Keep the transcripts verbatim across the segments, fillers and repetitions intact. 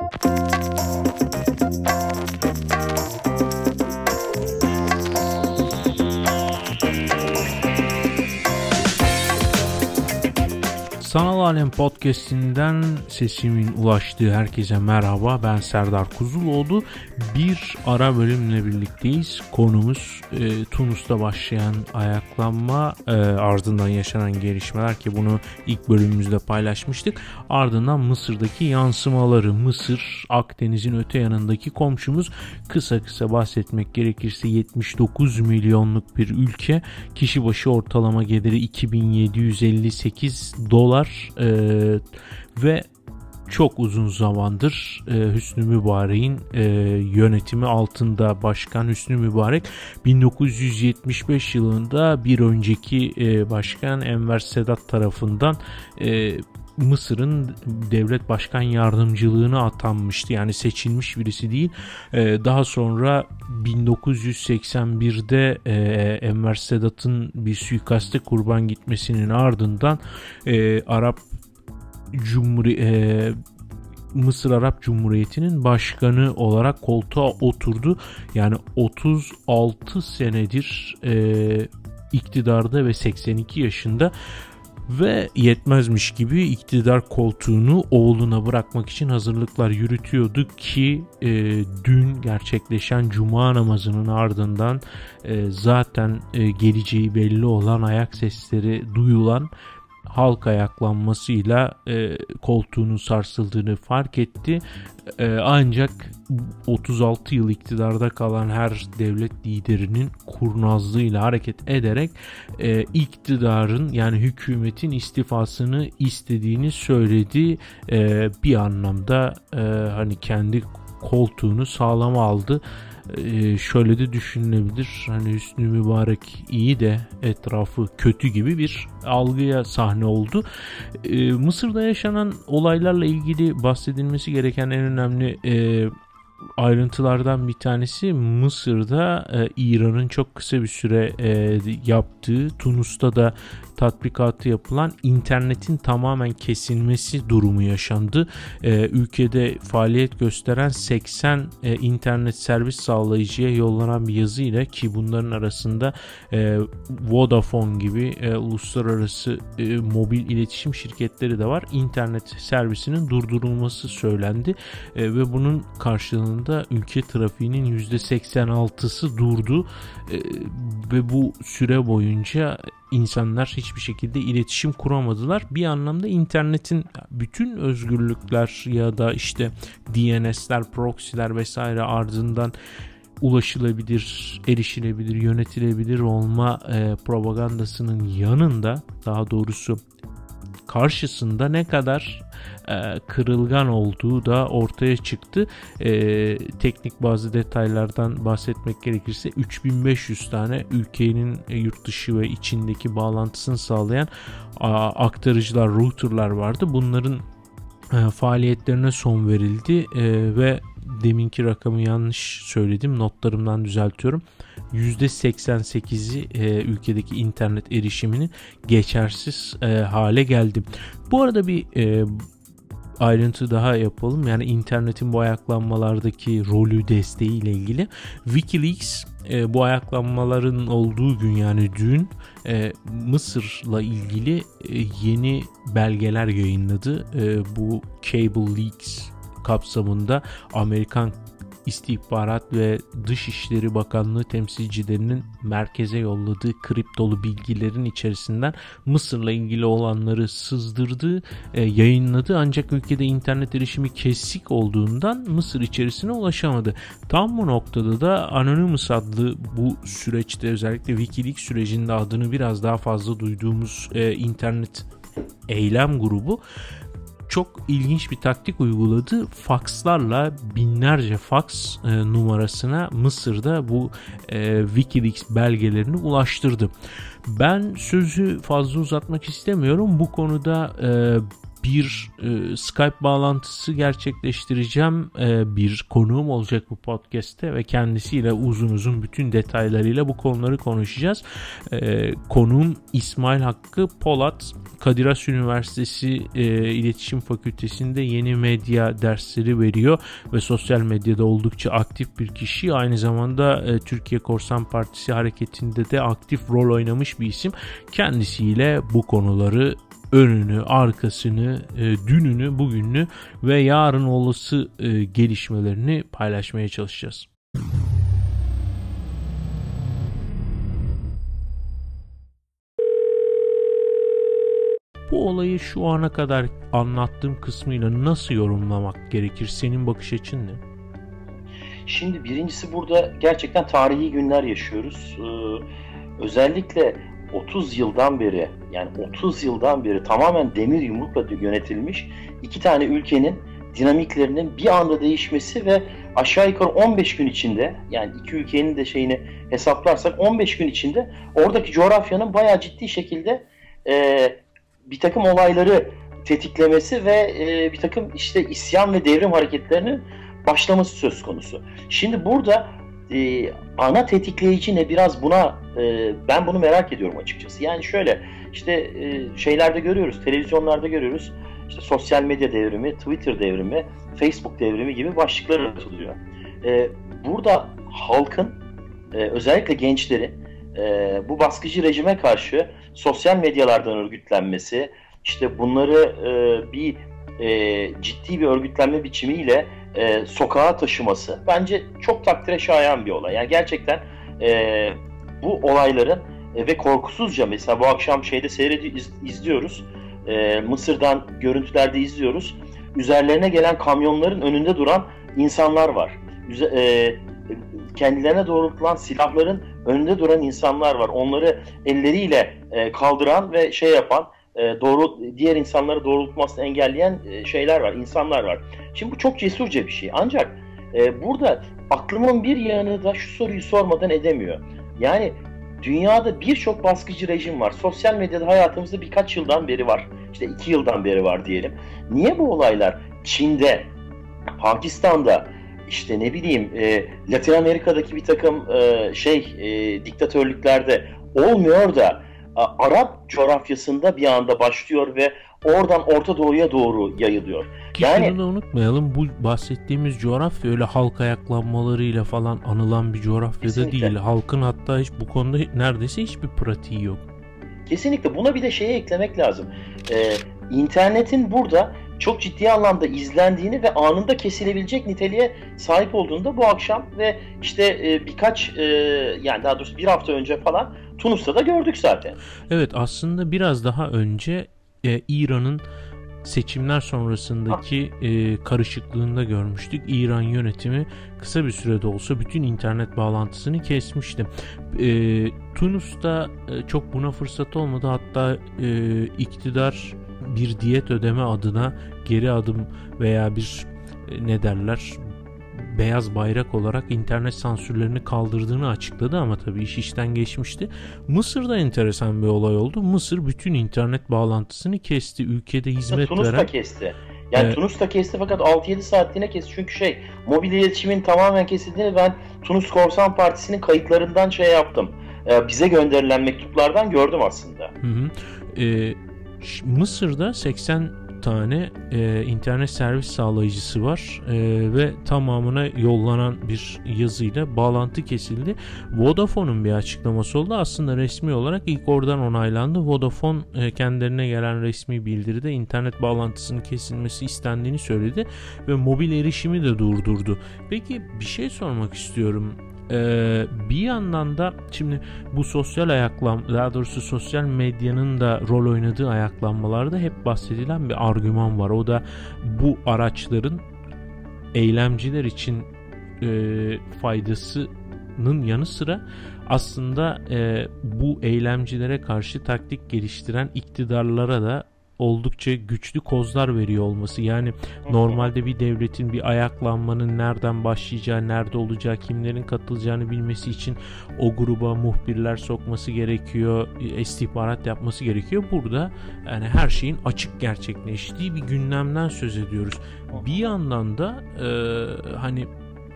Sanal Alem Podcast'inden sesimin ulaştığı herkese merhaba. Ben Serdar Kuzuloğlu. Bir ara bölümle birlikteyiz. Konumuz e, Tunus'ta başlayan ayaklanma, e, ardından yaşanan gelişmeler ki bunu ilk bölümümüzde paylaşmıştık. Ardından Mısır'daki yansımaları. Mısır, Akdeniz'in öte yanındaki komşumuz. Kısa kısa bahsetmek gerekirse yetmiş dokuz milyonluk bir ülke. Kişi başı ortalama geliri iki bin yedi yüz elli sekiz dolar. Ee, ve çok uzun zamandır e, Hüsnü Mübarek'in e, yönetimi altında başkan Hüsnü Mübarek bin dokuz yüz yetmiş beş yılında bir önceki e, başkan Enver Sedat tarafından e, Mısır'ın devlet başkan yardımcılığına atanmıştı. Yani seçilmiş birisi değil. Ee, daha sonra bin dokuz yüz seksen birde e, Enver Sedat'ın bir suikaste kurban gitmesinin ardından e, Arap Cumhuriyeti e, Mısır Arap Cumhuriyeti'nin başkanı olarak koltuğa oturdu. Yani otuz altı senedir e, iktidarda ve seksen iki yaşında. Ve yetmezmiş gibi iktidar koltuğunu oğluna bırakmak için hazırlıklar yürütüyordu ki e, dün gerçekleşen Cuma namazının ardından e, zaten e, geleceği belli olan, ayak sesleri duyulan halk ayaklanmasıyla e, koltuğunun sarsıldığını fark etti. E, ancak otuz altı yıl iktidarda kalan her devlet liderinin kurnazlığıyla hareket ederek e, iktidarın yani hükümetin istifasını istediğini söyledi. E, bir anlamda e, hani kendi koltuğunu sağlama aldı. Ee, şöyle de düşünülebilir, hani Hüsnü Mübarek iyi de etrafı kötü gibi bir algıya sahne oldu. Ee, Mısır'da yaşanan olaylarla ilgili bahsedilmesi gereken en önemli e, ayrıntılardan bir tanesi Mısır'da e, İran'ın çok kısa bir süre e, yaptığı, Tunus'ta da tatbikatı yapılan internetin tamamen kesilmesi durumu yaşandı. E, ülkede faaliyet gösteren seksen e, internet servis sağlayıcıya yollanan bir yazıyla, ki bunların arasında e, Vodafone gibi e, uluslararası e, mobil iletişim şirketleri de var. İnternet servisinin durdurulması söylendi e, ve bunun karşılığında ülke trafiğinin yüzde seksen altısı durdu e, ve bu süre boyunca İnsanlar hiçbir şekilde iletişim kuramadılar. Bir anlamda internetin bütün özgürlükler ya da işte D N S'ler, proxy'ler vesaire ardından ulaşılabilir, erişilebilir, yönetilebilir olma e, propagandasının yanında, daha doğrusu karşısında ne kadar e, kırılgan olduğu da ortaya çıktı. E, teknik bazı detaylardan bahsetmek gerekirse üç bin beş yüz tane ülkenin e, yurt dışı ve içindeki bağlantısını sağlayan a, aktarıcılar, routerlar vardı. Bunların e, faaliyetlerine son verildi e, ve deminki rakamı yanlış söyledim, notlarımdan düzeltiyorum. yüzde seksen sekizi e, ülkedeki internet erişimini geçersiz e, hale geldi. Bu arada bir e, ayrıntı daha yapalım. Yani internetin bu ayaklanmalardaki rolü, desteği ile ilgili WikiLeaks e, bu ayaklanmaların olduğu gün, yani dün e, Mısır'la ilgili e, yeni belgeler yayınladı. E, bu Cable Leaks kapsamında Amerikan İstihbarat ve Dışişleri Bakanlığı temsilcilerinin merkeze yolladığı kriptolu bilgilerin içerisinden Mısır'la ilgili olanları sızdırdı, e, yayınladı. Ancak ülkede internet erişimi kesik olduğundan Mısır içerisine ulaşamadı. Tam bu noktada da Anonymous adlı bu süreçte, özellikle WikiLeaks sürecinde adını biraz daha fazla duyduğumuz e, internet eylem grubu çok ilginç bir taktik uyguladı. Fakslarla binlerce faks e, numarasına Mısır'da bu e, WikiLeaks belgelerini ulaştırdı. Ben sözü fazla uzatmak istemiyorum. Bu konuda e, bir e, Skype bağlantısı gerçekleştireceğim. E, bir konuğum olacak bu podcast'te ve kendisiyle uzun uzun bütün detaylarıyla bu konuları konuşacağız. E, konuğum İsmail Hakkı Polat. Kadir Has Üniversitesi e, İletişim Fakültesi'nde yeni medya dersleri veriyor ve sosyal medyada oldukça aktif bir kişi. Aynı zamanda e, Türkiye Korsan Partisi hareketinde de aktif rol oynamış bir isim. Kendisiyle bu konuları, önünü, arkasını, e, dününü, bugününü ve yarın olası e, gelişmelerini paylaşmaya çalışacağız. Bu olayı şu ana kadar anlattığım kısmıyla nasıl yorumlamak gerekir? Senin bakış açın ne? Şimdi birincisi, burada gerçekten tarihi günler yaşıyoruz. Ee, özellikle otuz yıldan beri, yani otuz yıldan beri tamamen demir yumrukla yönetilmiş iki tane ülkenin dinamiklerinin bir anda değişmesi ve aşağı yukarı on beş gün içinde, yani iki ülkenin de şeyini hesaplarsak on beş gün içinde oradaki coğrafyanın bayağı ciddi şekilde e, bir takım olayları tetiklemesi ve e, bir takım işte isyan ve devrim hareketlerinin başlaması söz konusu. Şimdi burada e, ana tetikleyici ne, biraz buna e, ben bunu merak ediyorum açıkçası. Yani şöyle işte e, şeylerde görüyoruz, televizyonlarda görüyoruz, işte sosyal medya devrimi, Twitter devrimi, Facebook devrimi gibi başlıklar atılıyor. E, burada halkın, e, özellikle gençlerin e, bu baskıcı rejime karşı sosyal medyalardan örgütlenmesi, işte bunları e, bir e, ciddi bir örgütlenme biçimiyle e, sokağa taşıması bence çok takdire şayan bir olay. Yani gerçekten e, bu olayların e, ve korkusuzca, mesela bu akşam şeyde seyrediyoruz, iz, izliyoruz. E, Mısır'dan görüntülerde izliyoruz. Üzerlerine gelen kamyonların önünde duran insanlar var. Üze, e, kendilerine doğrultulan silahların önünde duran insanlar var. Onları elleriyle e, kaldıran ve şey yapan, e, doğru diğer insanları doğrultmasını engelleyen e, şeyler var, insanlar var. Şimdi bu çok cesurca bir şey. Ancak e, burada aklımın bir yanı da şu soruyu sormadan edemiyor. Yani dünyada birçok baskıcı rejim var. Sosyal medyada hayatımızda birkaç yıldan beri var. İşte iki yıldan beri var diyelim. Niye bu olaylar Çin'de, Pakistan'da, işte ne bileyim e, Latin Amerika'daki bir takım e, şey e, diktatörlüklerde olmuyor da a, Arap coğrafyasında bir anda başlıyor ve oradan Orta Doğu'ya doğru yayılıyor. Ki yani şunu da unutmayalım, bu bahsettiğimiz coğrafya öyle halk ayaklanmalarıyla falan anılan bir coğrafyada kesinlikle değil. Halkın hatta hiç bu konuda neredeyse hiçbir pratiği yok. Kesinlikle. Buna bir de şeye eklemek lazım. Ee, internetin burada çok ciddi anlamda izlendiğini ve anında kesilebilecek niteliğe sahip olduğunu da bu akşam ve işte e, birkaç e, yani daha doğrusu bir hafta önce falan Tunus'ta da gördük zaten. Evet, aslında biraz daha önce e, İran'ın seçimler sonrasındaki e, karışıklığında görmüştük. İran yönetimi kısa bir sürede olsa bütün internet bağlantısını kesmişti. E, Tunus'ta e, çok buna fırsat olmadı. Hatta e, iktidar bir diyet ödeme adına geri adım veya bir e, ne derler beyaz bayrak olarak internet sansürlerini kaldırdığını açıkladı ama tabii iş işten geçmişti. Mısır'da enteresan bir olay oldu. Mısır bütün internet bağlantısını kesti. Ülkede hizmet Tunus veren... da kesti. Yani evet. Tunus da kesti fakat altı yedi saatliğine kesti. Çünkü şey, mobil iletişimin tamamen kesildiğini ben Tunus Korsan Partisi'nin kayıtlarından şey yaptım. Ee, bize gönderilen mektuplardan gördüm aslında. Hı hı. Ee, Mısır'da seksen tane e, internet servis sağlayıcısı var e, ve tamamına yollanan bir yazıyla bağlantı kesildi. Vodafone'un bir açıklaması oldu. Aslında resmi olarak ilk oradan onaylandı. Vodafone e, kendilerine gelen resmi bildiride internet bağlantısının kesilmesi istendiğini söyledi ve mobil erişimi de durdurdu. Peki bir şey sormak istiyorum. Ee, bir yandan da şimdi bu sosyal ayaklan, daha doğrusu sosyal medyanın da rol oynadığı ayaklanmalarda hep bahsedilen bir argüman var. O da bu araçların eylemciler için e, faydasının yanı sıra aslında e, bu eylemcilere karşı taktik geliştiren iktidarlara da oldukça güçlü kozlar veriyor olması. Yani normalde bir devletin bir ayaklanmanın nereden başlayacağı, nerede olacağı, kimlerin katılacağını bilmesi için o gruba muhbirler sokması gerekiyor, istihbarat yapması gerekiyor. Burada yani her şeyin açık gerçekleştiği bir gündemden söz ediyoruz. Bir yandan da e, hani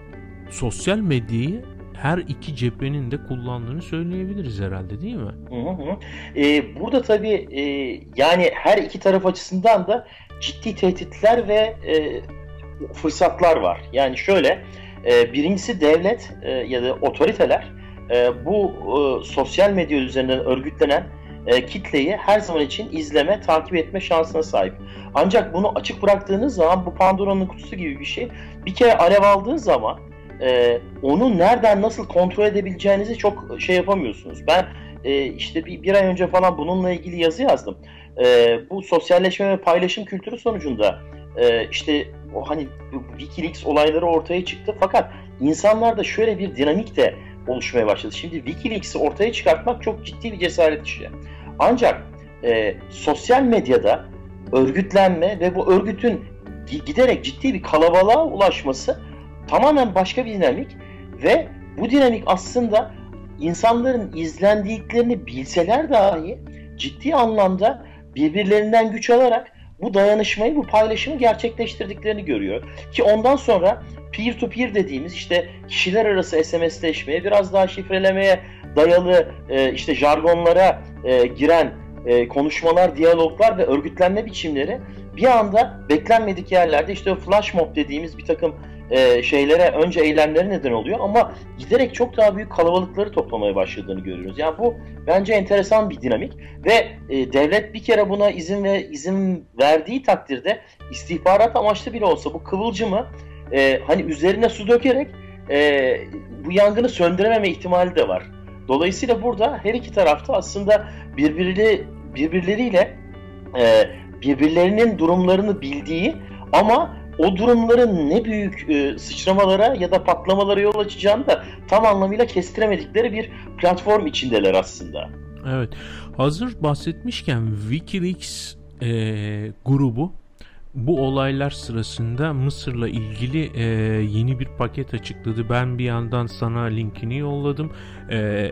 sosyal medyayı her iki cephenin de kullandığını söyleyebiliriz herhalde, değil mi? Hı hı. Ee, burada tabii e, yani her iki taraf açısından da ciddi tehditler ve e, fırsatlar var. Yani şöyle, e, birincisi devlet e, ya da otoriteler e, bu e, sosyal medya üzerinden örgütlenen e, kitleyi her zaman için izleme, takip etme şansına sahip. Ancak bunu açık bıraktığınız zaman bu Pandora'nın kutusu gibi bir şey. Bir kere alev aldığı zaman Ee, onu nereden nasıl kontrol edebileceğinizi çok şey yapamıyorsunuz. Ben e, işte bir, bir ay önce falan bununla ilgili yazı yazdım. Ee, bu sosyalleşme ve paylaşım kültürü sonucunda e, işte o hani Wikileaks olayları ortaya çıktı. Fakat insanlarda şöyle bir dinamik de oluşmaya başladı. Şimdi Wikileaks'i ortaya çıkartmak çok ciddi bir cesaret işi. Ancak e, sosyal medyada örgütlenme ve bu örgütün giderek ciddi bir kalabalığa ulaşması tamamen başka bir dinamik ve bu dinamik aslında insanların izlendiklerini bilseler dahi ciddi anlamda birbirlerinden güç alarak bu dayanışmayı, bu paylaşımı gerçekleştirdiklerini görüyor. Ki ondan sonra peer to peer dediğimiz işte kişiler arası S M S'leşmeye, biraz daha şifrelemeye dayalı işte jargonlara giren konuşmalar, diyaloglar ve örgütlenme biçimleri bir anda beklenmedik yerlerde işte o flash mob dediğimiz bir takım E, şeylere, önce eylemlere neden oluyor ama giderek çok daha büyük kalabalıkları toplamaya başladığını görüyoruz. Yani bu bence enteresan bir dinamik ve e, devlet bir kere buna izin ve izin verdiği takdirde istihbarat amaçlı bile olsa bu kıvılcımı e, hani üzerine su dökerek e, bu yangını söndürememe ihtimali de var. Dolayısıyla burada her iki tarafta aslında birbirleri birbirleriyle e, birbirlerinin durumlarını bildiği ama o durumların ne büyük e, sıçramalara ya da patlamalara yol açacağını da tam anlamıyla kestiremedikleri bir platform içindeler aslında. Evet. Hazır bahsetmişken Wikileaks e, grubu bu olaylar sırasında Mısır'la ilgili e, yeni bir paket açıkladı. Ben bir yandan sana linkini yolladım. E,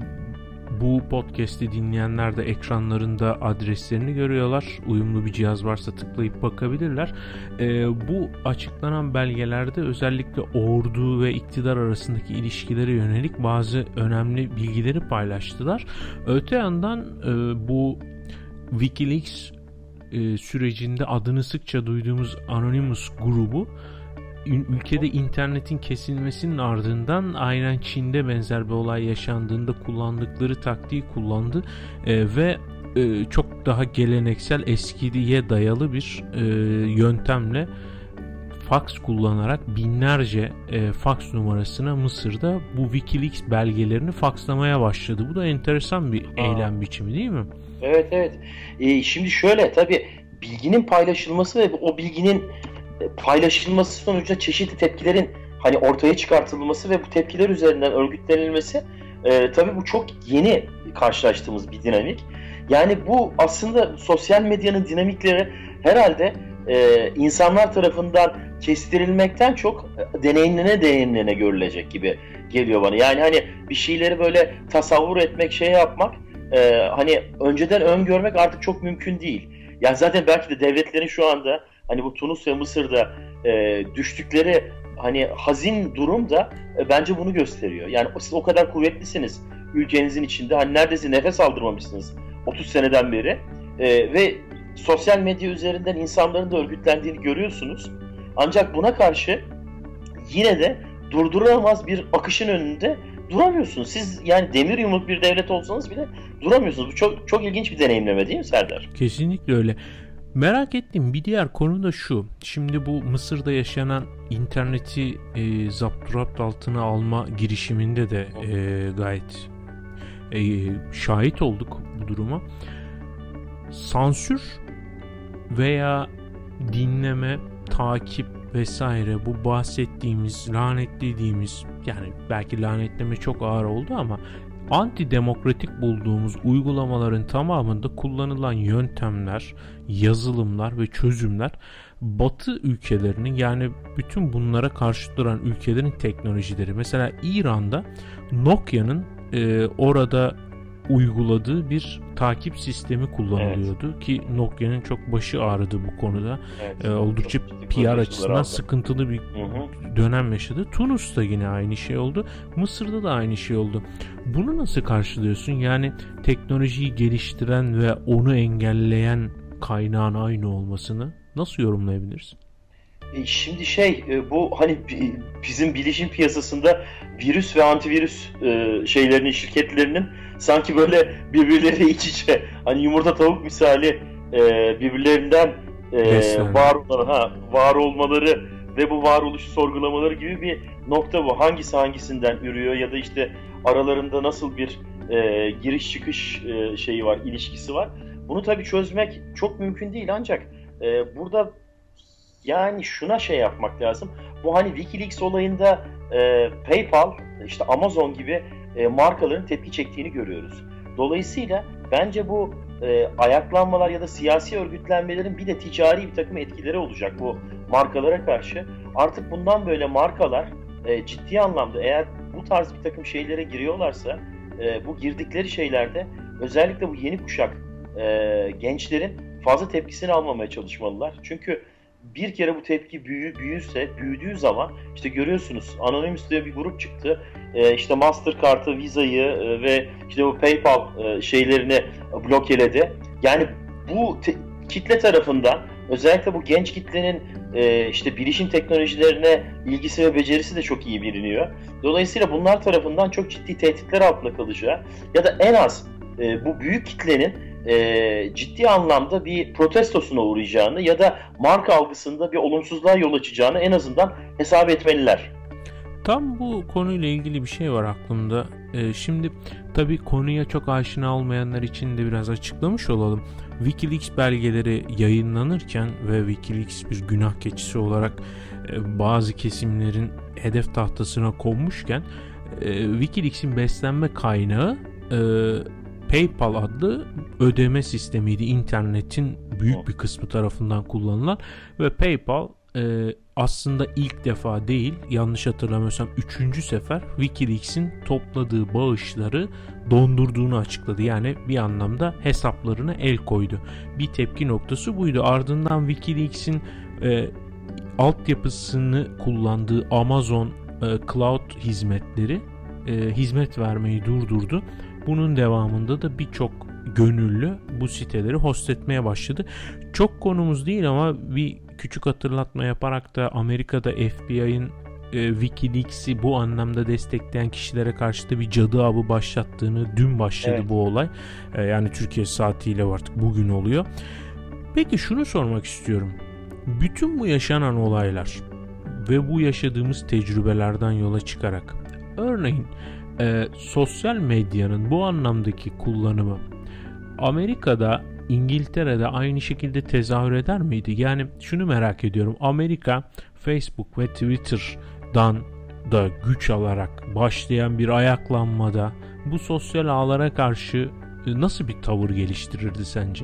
Bu podcast'i dinleyenler de ekranlarında adreslerini görüyorlar. Uyumlu bir cihaz varsa tıklayıp bakabilirler. Ee, bu açıklanan belgelerde özellikle ordu ve iktidar arasındaki ilişkilere yönelik bazı önemli bilgileri paylaştılar. Öte yandan e, bu Wikileaks e, sürecinde adını sıkça duyduğumuz Anonymous grubu ülkede internetin kesilmesinin ardından aynen Çin'de benzer bir olay yaşandığında kullandıkları taktiği kullandı e, ve e, çok daha geleneksel, eskiye dayalı bir e, yöntemle fax kullanarak binlerce e, fax numarasına Mısır'da bu Wikileaks belgelerini fakslamaya başladı. Bu da enteresan bir Aa. eylem biçimi değil mi? Evet evet. E, şimdi şöyle tabii bilginin paylaşılması ve o bilginin paylaşılması sonucunda çeşitli tepkilerin hani ortaya çıkartılması ve bu tepkiler üzerinden örgütlenilmesi e, tabii bu çok yeni karşılaştığımız bir dinamik. Yani bu aslında sosyal medyanın dinamikleri herhalde e, insanlar tarafından kestirilmekten çok deneyimlene deneyimlene görülecek gibi geliyor bana. Yani hani bir şeyleri böyle tasavvur etmek, şey yapmak, e, hani önceden öngörmek artık çok mümkün değil. Yani zaten belki de devletlerin şu anda hani bu Tunus ve Mısır'da e, düştükleri hani hazin durum da e, bence bunu gösteriyor. Yani siz o kadar kuvvetlisiniz ülkenizin içinde. Hani neredeyse nefes aldırmamışsınız otuz seneden beri. E, ve sosyal medya üzerinden insanların da örgütlendiğini görüyorsunuz. Ancak buna karşı yine de durdurulamaz bir akışın önünde duramıyorsunuz. Siz yani demir yumruk bir devlet olsanız bile duramıyorsunuz. Bu çok çok ilginç bir deneyimleme değil mi Serdar? Kesinlikle öyle. Merak ettiğim bir diğer konu da şu. Şimdi bu Mısır'da yaşanan interneti e, zapturapt altına alma girişiminde de e, gayet e, şahit olduk bu duruma. Sansür veya dinleme, takip vesaire, bu bahsettiğimiz, lanetlediğimiz, yani belki lanetleme çok ağır oldu ama antidemokratik bulduğumuz uygulamaların tamamında kullanılan yöntemler, yazılımlar ve çözümler Batı ülkelerinin, yani bütün bunlara karşı duran ülkelerin teknolojileri. Mesela İran'da Nokia'nın e, orada uyguladığı bir takip sistemi kullanılıyordu, evet. Ki Nokia'nın çok başı ağrıdı bu konuda. Evet, e, oldukça P R açısından aldı. Sıkıntılı bir hı hı. dönem yaşadı. Tunus'ta yine aynı şey oldu. Mısır'da da aynı şey oldu. Bunu nasıl karşılıyorsun? Yani teknolojiyi geliştiren ve onu engelleyen kaynağın aynı olmasını nasıl yorumlayabiliriz? E şimdi şey bu hani bizim bilişim piyasasında virüs ve antivirüs şeylerinin, şirketlerinin sanki böyle birbirleriyle iç içe, hani yumurta tavuk misali birbirlerinden var olan, ha var olmaları ve bu varoluşu sorgulamaları gibi bir nokta bu. Hangisi hangisinden ürüyor ya da işte aralarında nasıl bir e, giriş çıkış e, şeyi var, ilişkisi var. Bunu tabii çözmek çok mümkün değil, ancak e, burada yani şuna şey yapmak lazım. Bu hani WikiLeaks olayında e, PayPal, işte Amazon gibi e, markaların tepki çektiğini görüyoruz. Dolayısıyla bence bu e, ayaklanmalar ya da siyasi örgütlenmelerin bir de ticari bir takım etkileri olacak bu markalara karşı. Artık bundan böyle markalar e, ciddi anlamda eğer bu tarz bir takım şeylere giriyorlarsa e, bu girdikleri şeylerde özellikle bu yeni kuşak e, gençlerin fazla tepkisini almamaya çalışmalılar. Çünkü bir kere bu tepki büyü, büyürse, büyüdüğü zaman işte görüyorsunuz Anonymous diye bir grup çıktı. E, işte Mastercard'ı, Visa'yı e, ve işte bu PayPal e, şeylerini blokeledi. Yani bu te- kitle tarafından özellikle bu genç kitlenin e, işte bilişim teknolojilerine ilgisi ve becerisi de çok iyi biliniyor. Dolayısıyla bunlar tarafından çok ciddi tehditler altında kalacağı ya da en az e, bu büyük kitlenin e, ciddi anlamda bir protestosuna uğrayacağını ya da marka algısında bir olumsuzluğa yol açacağını en azından hesap etmeliler. Tam bu konuyla ilgili bir şey var aklımda. Ee, şimdi tabii konuya çok aşina olmayanlar için de biraz açıklamış olalım. WikiLeaks belgeleri yayınlanırken ve WikiLeaks bir günah keçisi olarak e, bazı kesimlerin hedef tahtasına konmuşken e, WikiLeaks'in beslenme kaynağı e, PayPal adlı ödeme sistemiydi. İnternetin büyük bir kısmı tarafından kullanılan ve PayPal e, aslında ilk defa değil, yanlış hatırlamıyorsam üçüncü sefer WikiLeaks'in topladığı bağışları dondurduğunu açıkladı. Yani bir anlamda hesaplarına el koydu. Bir tepki noktası buydu. Ardından WikiLeaks'in e, altyapısını kullandığı Amazon e, Cloud hizmetleri e, hizmet vermeyi durdurdu. Bunun devamında da birçok gönüllü bu siteleri host etmeye başladı. Çok konumuz değil ama bir küçük hatırlatma yaparak da Amerika'da F B I'nin e, WikiLeaks'i bu anlamda destekleyen kişilere karşı da bir cadı avı başlattığını, dün başladı evet. bu olay. E, yani Türkiye saatiyle artık bugün oluyor. Peki şunu sormak istiyorum. Bütün bu yaşanan olaylar ve bu yaşadığımız tecrübelerden yola çıkarak örneğin e, sosyal medyanın bu anlamdaki kullanımı Amerika'da, İngiltere'de aynı şekilde tezahür eder miydi? Yani şunu merak ediyorum. Amerika Facebook ve Twitter'dan da güç alarak başlayan bir ayaklanmada bu sosyal ağlara karşı nasıl bir tavır geliştirirdi sence?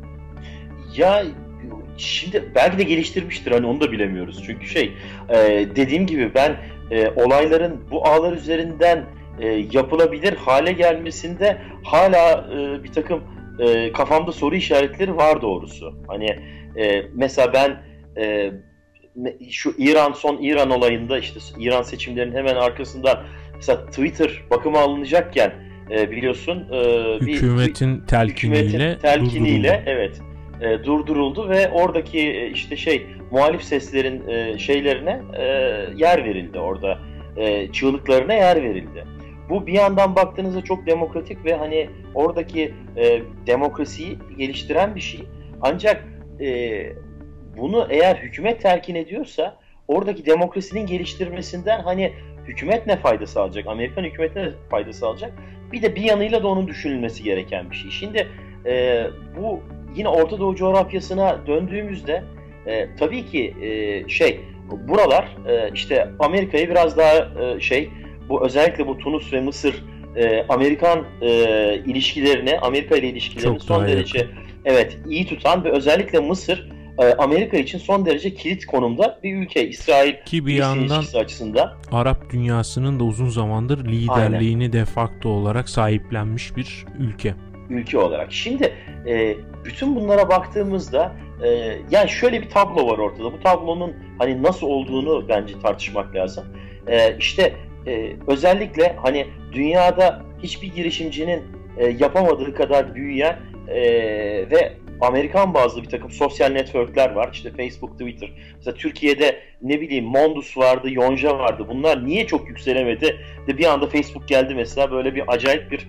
Ya şimdi belki de geliştirmiştir, hani onu da bilemiyoruz. Çünkü şey e, dediğim gibi ben e, olayların bu ağlar üzerinden e, yapılabilir hale gelmesinde hala e, bir takım e, kafamda soru işaretleri var doğrusu. Hani e, mesela ben e, şu İran son İran olayında işte İran seçimlerinin hemen arkasından mesela Twitter bakıma alınacakken e, biliyorsun e, hükümetin bir, telkiniyle hükümetin telkiniyle evet e, durduruldu ve oradaki e, işte şey muhalif seslerin e, şeylerine e, yer verildi, orada e, çığlıklarına yer verildi. Bu bir yandan baktığınızda çok demokratik ve hani oradaki e, demokrasiyi geliştiren bir şey. Ancak e, bunu eğer hükümet telkin ediyorsa oradaki demokrasinin geliştirmesinden hani hükümet ne fayda sağlayacak, Amerikan hükümeti ne fayda sağlayacak? Bir de bir yanıyla da onun düşünülmesi gereken bir şey. Şimdi e, bu yine Orta Doğu coğrafyasına döndüğümüzde e, tabii ki e, şey buralar e, işte Amerika'yı biraz daha e, şey bu özellikle bu Tunus ve Mısır e, Amerikan e, ilişkilerini, Amerika ile ilişkilerini Çok son derece yakın. evet iyi tutan ve özellikle Mısır e, Amerika için son derece kilit konumda bir ülke. İsrail Ki bir yandan açısından Arap dünyasının da uzun zamandır liderliğini Aynen. de facto olarak sahiplenmiş bir ülke. Ülke olarak. Şimdi e, bütün bunlara baktığımızda e, yani şöyle bir tablo var ortada. Bu tablonun hani nasıl olduğunu bence tartışmak lazım. E, işte e, özellikle hani dünyada hiçbir girişimcinin e, yapamadığı kadar büyüyen e, ve Amerikan bazlı bir takım sosyal networkler var. İşte Facebook, Twitter. Mesela Türkiye'de ne bileyim Mondus vardı, Yonca vardı. Bunlar niye çok yükselemedi? De bir anda Facebook geldi mesela, böyle bir acayip bir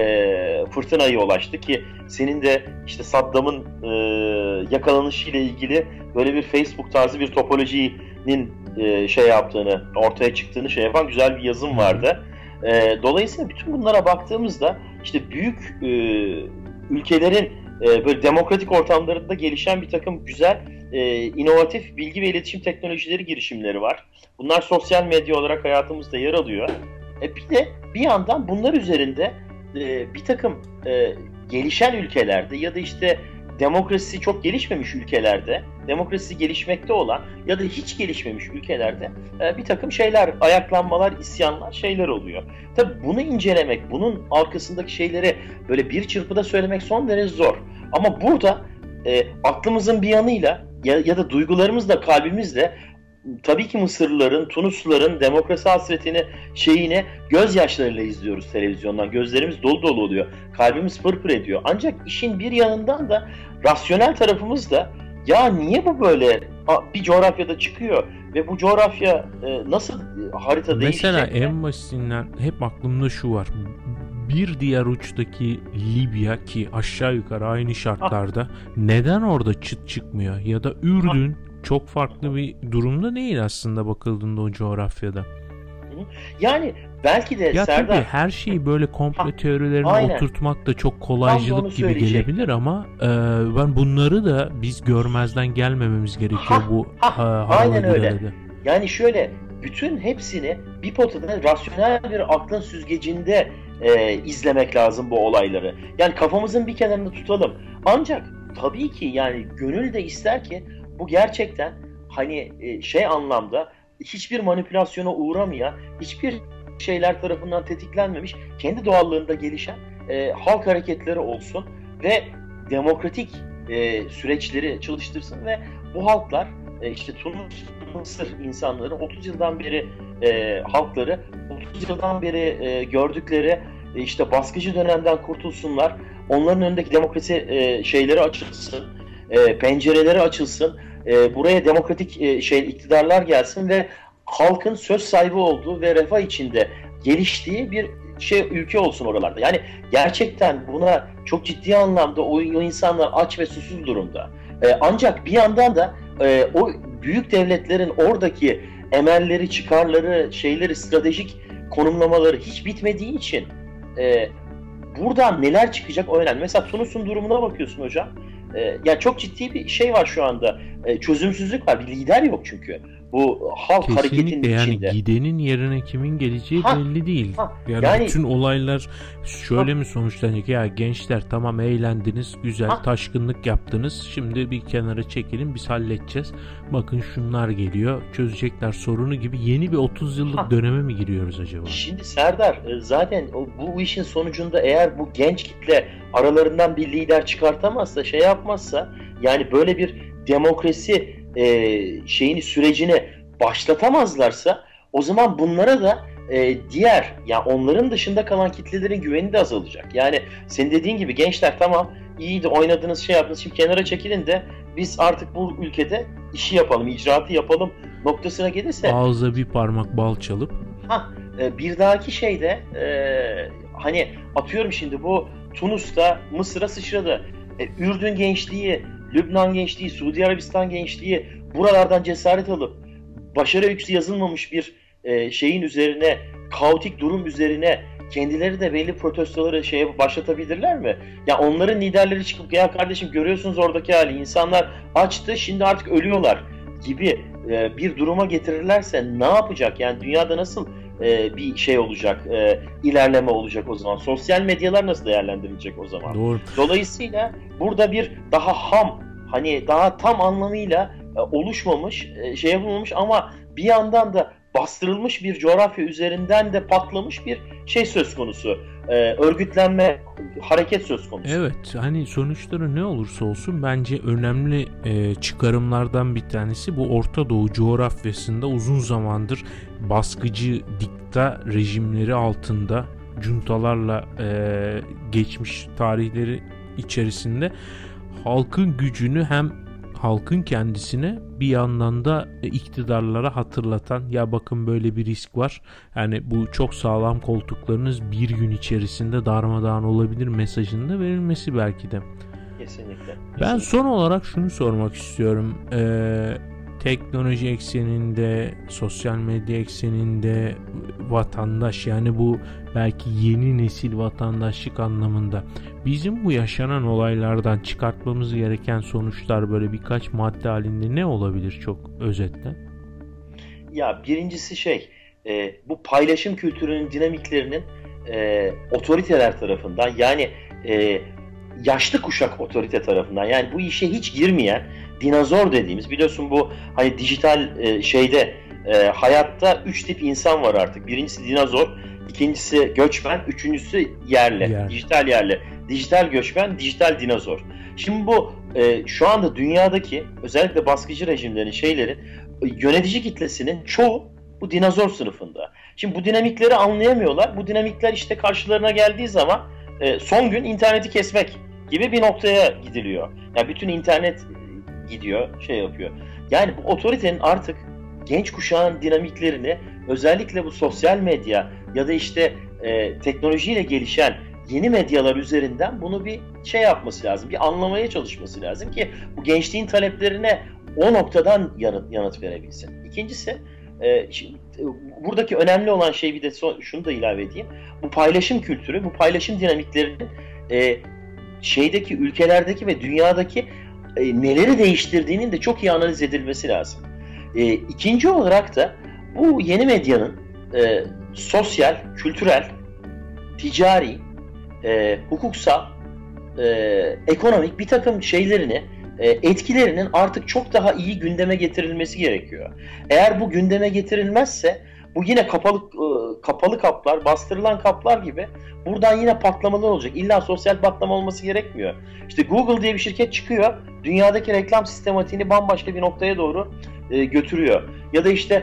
e, fırtınaya yol açtı ki senin de işte Saddam'ın e, yakalanışıyla ilgili böyle bir Facebook tarzı bir topolojinin e, şey yaptığını, ortaya çıktığını şey yapan güzel bir yazım vardı. E, dolayısıyla bütün bunlara baktığımızda işte büyük e, ülkelerin e, böyle demokratik ortamlarında gelişen bir takım güzel e, inovatif bilgi ve iletişim teknolojileri girişimleri var. Bunlar sosyal medya olarak hayatımızda yer alıyor. E, bir de bir yandan bunlar üzerinde e, bir takım e, gelişen ülkelerde ya da işte demokrasisi çok gelişmemiş ülkelerde, demokrasisi gelişmekte olan ya da hiç gelişmemiş ülkelerde e, bir takım şeyler, ayaklanmalar, isyanlar, şeyler oluyor. Tabii bunu incelemek, bunun arkasındaki şeyleri böyle bir çırpıda söylemek son derece zor. Ama burada e, aklımızın bir yanıyla ya, ya da duygularımızla, kalbimizle tabii ki Mısırlıların, Tunusluların demokrasi hasretini, şeyini gözyaşlarıyla izliyoruz televizyondan. Gözlerimiz dolu dolu oluyor. Kalbimiz pırpır ediyor. Ancak işin bir yanından da rasyonel tarafımız da ya niye bu böyle bir coğrafyada çıkıyor ve bu coğrafya nasıl harita değişecek? Mesela en basitinden hep aklımda şu var. Bir diğer uçtaki Libya ki aşağı yukarı aynı şartlarda ha. neden orada çıt çıkmıyor? Ya da Ürdün ha. çok farklı bir durumda değil aslında bakıldığında o coğrafyada. Yani belki de ya Serdar... tabii her şeyi böyle komple teorilerine Aynen. oturtmak da çok kolaycılık gibi gelebilir ama e, ben bunları da biz görmezden gelmememiz gerekiyor ha, bu ha, Aynen öyle. De. Yani şöyle bütün hepsini bir potada rasyonel bir aklın süzgecinde e, izlemek lazım bu olayları. Yani kafamızın bir kenarında tutalım. Ancak tabii ki yani gönül de ister ki bu gerçekten hani e, şey anlamda hiçbir manipülasyona uğramayan, hiçbir şeyler tarafından tetiklenmemiş, kendi doğallığında gelişen e, halk hareketleri olsun ve demokratik e, süreçleri çalıştırsın ve bu halklar e, işte Tunus, Mısır insanları otuz yıldan beri e, halkları otuz yıldan beri e, gördükleri e, işte baskıcı dönemden kurtulsunlar. Onların önündeki demokrasi e, şeyleri açılsın, e, pencereleri açılsın. E, buraya demokratik e, şey iktidarlar gelsin ve halkın söz sahibi olduğu ve refah içinde geliştiği bir şey ülke olsun oralarda. Yani gerçekten buna çok ciddi anlamda o, o insanlar aç ve susuz durumda. E, ancak bir yandan da e, o büyük devletlerin oradaki emelleri, çıkarları, şeyleri, stratejik konumlamaları hiç bitmediği için e, buradan neler çıkacak o önemli. Mesela Tunus'un durumuna bakıyorsun hocam. E, yani çok ciddi bir şey var şu anda. E, çözümsüzlük var. Bir lider yok çünkü. Bu halk Kesinlikle hareketinin yani içinde. Gidenin yerine kimin geleceği ha, belli değil. Ha, yani, yani bütün olaylar şöyle ha, mi sonuçlanacak? Ya gençler tamam eğlendiniz, güzel ha, taşkınlık yaptınız. Şimdi bir kenara çekilin, biz halledeceğiz. Bakın şunlar geliyor, çözecekler sorunu gibi yeni bir otuz yıllık ha, döneme mi giriyoruz acaba? Şimdi Serdar zaten bu işin sonucunda eğer bu genç kitle aralarından bir lider çıkartamazsa, şey yapmazsa, yani böyle bir demokrasi E, şeyini sürecini başlatamazlarsa o zaman bunlara da e, diğer ya yani onların dışında kalan kitlelerin güveni de azalacak. Yani senin dediğin gibi gençler tamam iyiydi oynadınız şey yaptınız şimdi kenara çekilin de biz artık bu ülkede işi yapalım, icraatı yapalım noktasına gelirse ağza bir parmak bal çalıp ha e, bir dahaki şeyde e, hani atıyorum şimdi bu Tunus'ta Mısır'a sıçradı. E, Ürdün gençliği, Lübnan gençliği, Suudi Arabistan gençliği buralardan cesaret alıp başarı öyküsü yazılmamış bir e, şeyin üzerine, kaotik durum üzerine kendileri de belli protestoları şeye başlatabilirler mi? Ya onların liderleri çıkıp ya kardeşim görüyorsunuz oradaki hali, insanlar açtı şimdi artık ölüyorlar gibi e, bir duruma getirirlerse ne yapacak? Yani dünyada nasıl e, bir şey olacak, e, ilerleme olacak o zaman? Sosyal medyalar nasıl değerlendirilecek o zaman? Doğru. Dolayısıyla burada bir daha ham, hani daha tam anlamıyla e, oluşmamış, e, şey yapılmamış ama bir yandan da bastırılmış bir coğrafya üzerinden de patlamış bir şey söz konusu. Ee, örgütlenme, hareket söz konusu. Evet, hani sonuçları ne olursa olsun bence önemli e, çıkarımlardan bir tanesi bu Orta Doğu coğrafyasında uzun zamandır baskıcı dikta rejimleri altında cuntalarla e, geçmiş tarihleri içerisinde halkın gücünü hem halkın kendisine bir yandan da iktidarlara hatırlatan, ya bakın böyle bir risk var. Yani bu çok sağlam koltuklarınız bir gün içerisinde darmadağın olabilir mesajının da verilmesi belki de. Kesinlikle. kesinlikle. Ben son olarak şunu sormak istiyorum. Ee, teknoloji ekseninde, sosyal medya ekseninde vatandaş, yani bu belki yeni nesil vatandaşlık anlamında bizim bu yaşanan olaylardan çıkartmamız gereken sonuçlar böyle birkaç madde halinde ne olabilir çok özetle? Ya birincisi şey, e, bu paylaşım kültürünün dinamiklerinin e, otoriteler tarafından, yani e, yaşlı kuşak otorite tarafından, yani bu işe hiç girmeyen dinozor dediğimiz, biliyorsun bu hani dijital e, şeyde e, hayatta üç tip insan var artık. Birincisi dinozor, ikincisi göçmen, üçüncüsü yerli, Yer. dijital yerli. Dijital göçmen, dijital dinozor. Şimdi bu e, şu anda dünyadaki özellikle baskıcı rejimlerin, şeylerin yönetici kitlesinin çoğu bu dinozor sınıfında. Şimdi bu dinamikleri anlayamıyorlar. Bu dinamikler işte karşılarına geldiği zaman e, son gün interneti kesmek gibi bir noktaya gidiliyor. Yani bütün internet gidiyor, şey yapıyor. Yani bu otoritenin artık genç kuşağın dinamiklerini, özellikle bu sosyal medya ya da işte e, teknolojiyle gelişen yeni medyalar üzerinden bunu bir şey yapması lazım, bir anlamaya çalışması lazım ki bu gençliğin taleplerine o noktadan yanıt, yanıt verebilsin. İkincisi, e, şimdi, e, buradaki önemli olan şey, bir de son, şunu da ilave edeyim. Bu paylaşım kültürü, bu paylaşım dinamiklerinin e, şeydeki, ülkelerdeki ve dünyadaki e, neleri değiştirdiğinin de çok iyi analiz edilmesi lazım. E, ikinci olarak da bu yeni medyanın e, sosyal, kültürel, ticari, e, hukuksal, e, ekonomik bir takım şeylerini, e, etkilerinin artık çok daha iyi gündeme getirilmesi gerekiyor. Eğer bu gündeme getirilmezse bu yine kapalı e, kapalı kaplar, bastırılan kaplar gibi buradan yine patlamalar olacak. İlla sosyal patlama olması gerekmiyor. İşte Google diye bir şirket çıkıyor, dünyadaki reklam sistematiğini bambaşka bir noktaya doğru e, götürüyor. Ya da işte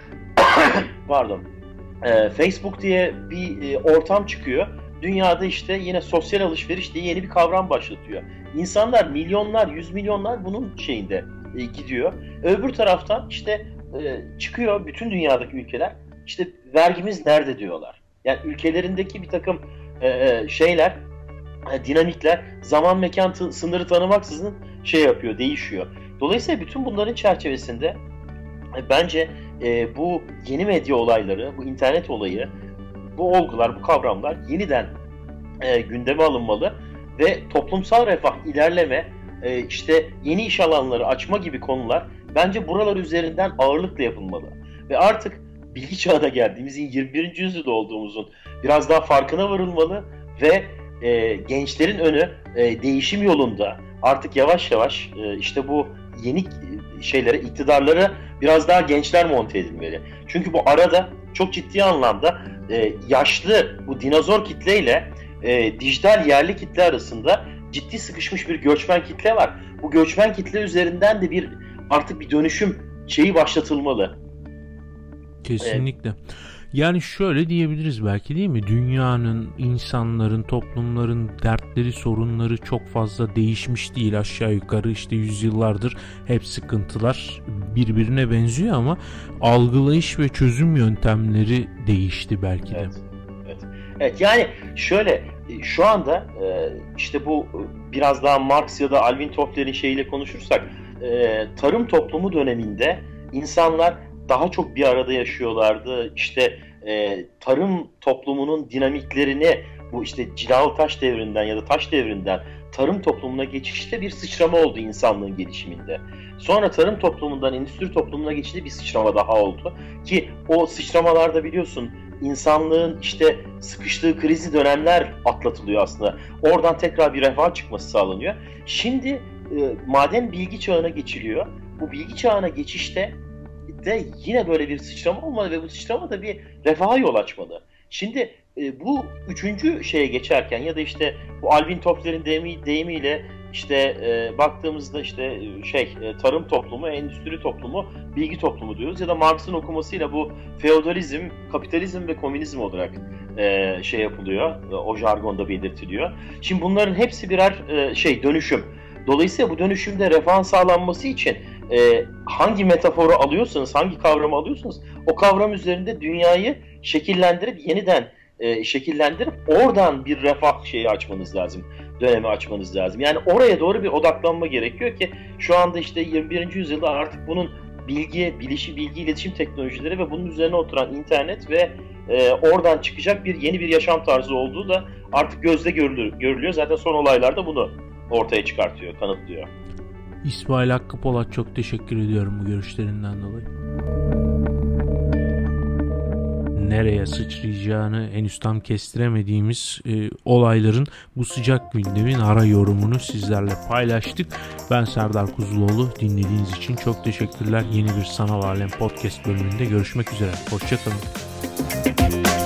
pardon, e, Facebook diye bir e, ortam çıkıyor. Dünyada işte yine sosyal alışveriş diye yeni bir kavram başlatıyor. İnsanlar, milyonlar, yüz milyonlar bunun şeyinde e, gidiyor. Öbür taraftan işte e, çıkıyor bütün dünyadaki ülkeler, işte vergimiz nerede diyorlar. Yani ülkelerindeki bir takım e, şeyler, e, dinamikler zaman mekan t- sınırı tanımaksızın şey yapıyor, değişiyor. Dolayısıyla bütün bunların çerçevesinde e, bence e, bu yeni medya olayları, bu internet olayı, bu olgular, bu kavramlar yeniden e, gündeme alınmalı ve toplumsal refah, ilerleme, e, işte yeni iş alanları açma gibi konular bence buralar üzerinden ağırlıkla yapılmalı. Ve artık bilgi çağına geldiğimizin, yirmi birinci yüzyılda olduğumuzun biraz daha farkına varılmalı ve e, gençlerin önü e, değişim yolunda artık yavaş yavaş e, işte bu yeni şeylere, iktidarlara biraz daha gençler monte edilmeli. Çünkü bu arada çok ciddi anlamda e, yaşlı bu dinozor kitleyle e, dijital yerli kitle arasında ciddi sıkışmış bir göçmen kitle var. Bu göçmen kitle üzerinden de bir artık bir dönüşüm şeyi başlatılmalı. Kesinlikle. Evet. Yani şöyle diyebiliriz belki, değil mi? Dünyanın, insanların, toplumların dertleri, sorunları çok fazla değişmiş değil aşağı yukarı. İşte yüzyıllardır hep sıkıntılar birbirine benziyor ama algılayış ve çözüm yöntemleri değişti belki de. Evet. Evet. Evet, yani şöyle şu anda işte bu biraz daha Marx ya da Alvin Toffler'in şeyiyle konuşursak, tarım toplumu döneminde insanlar daha çok bir arada yaşıyorlardı. İşte e, tarım toplumunun dinamiklerini, bu işte cilalı taş devrinden ya da taş devrinden tarım toplumuna geçişte bir sıçrama oldu insanlığın gelişiminde. Sonra tarım toplumundan endüstri toplumuna geçişte bir sıçrama daha oldu. Ki o sıçramalarda biliyorsun insanlığın işte sıkıştığı krizi dönemler atlatılıyor aslında. Oradan tekrar bir refah çıkması sağlanıyor. Şimdi e, maden bilgi çağına geçiliyor. Bu bilgi çağına geçişte de yine böyle bir sıçrama olmalı ve bu sıçrama da bir refaha yol açmalı. Şimdi e, bu üçüncü şeye geçerken ya da işte bu Alvin Toffler'in deyimi, deyimiyle işte e, baktığımızda işte e, şey e, tarım toplumu, endüstri toplumu, bilgi toplumu diyoruz ya da Marx'ın okumasıyla bu feodalizm, kapitalizm ve komünizm olarak e, şey yapılıyor, e, o jargonda belirtiliyor. Şimdi bunların hepsi birer e, şey dönüşüm. Dolayısıyla bu dönüşümde refahın sağlanması için e, hangi metaforu alıyorsanız, hangi kavramı alıyorsanız o kavram üzerinde dünyayı şekillendirip yeniden e, şekillendirip oradan bir refah şeyi açmanız lazım. Dönemi açmanız lazım. Yani oraya doğru bir odaklanma gerekiyor ki şu anda işte yirmi birinci yüzyılda artık bunun bilgi, bilişi, bilgi iletişim teknolojileri ve bunun üzerine oturan internet ve e, oradan çıkacak bir yeni bir yaşam tarzı olduğu da artık gözle görülür, görülüyor. Zaten son olaylarda bunu ortaya çıkartıyor, kanıtlıyor. İsmail Hakkı Polat, çok teşekkür ediyorum bu görüşlerinden dolayı. Nereye sıçrayacağını henüz tam kestiremediğimiz e, olayların bu sıcak gündemin ara yorumunu sizlerle paylaştık. Ben Serdar Kuzuloğlu. Dinlediğiniz için çok teşekkürler. Yeni bir Sanal Alem Podcast bölümünde görüşmek üzere. Hoşçakalın.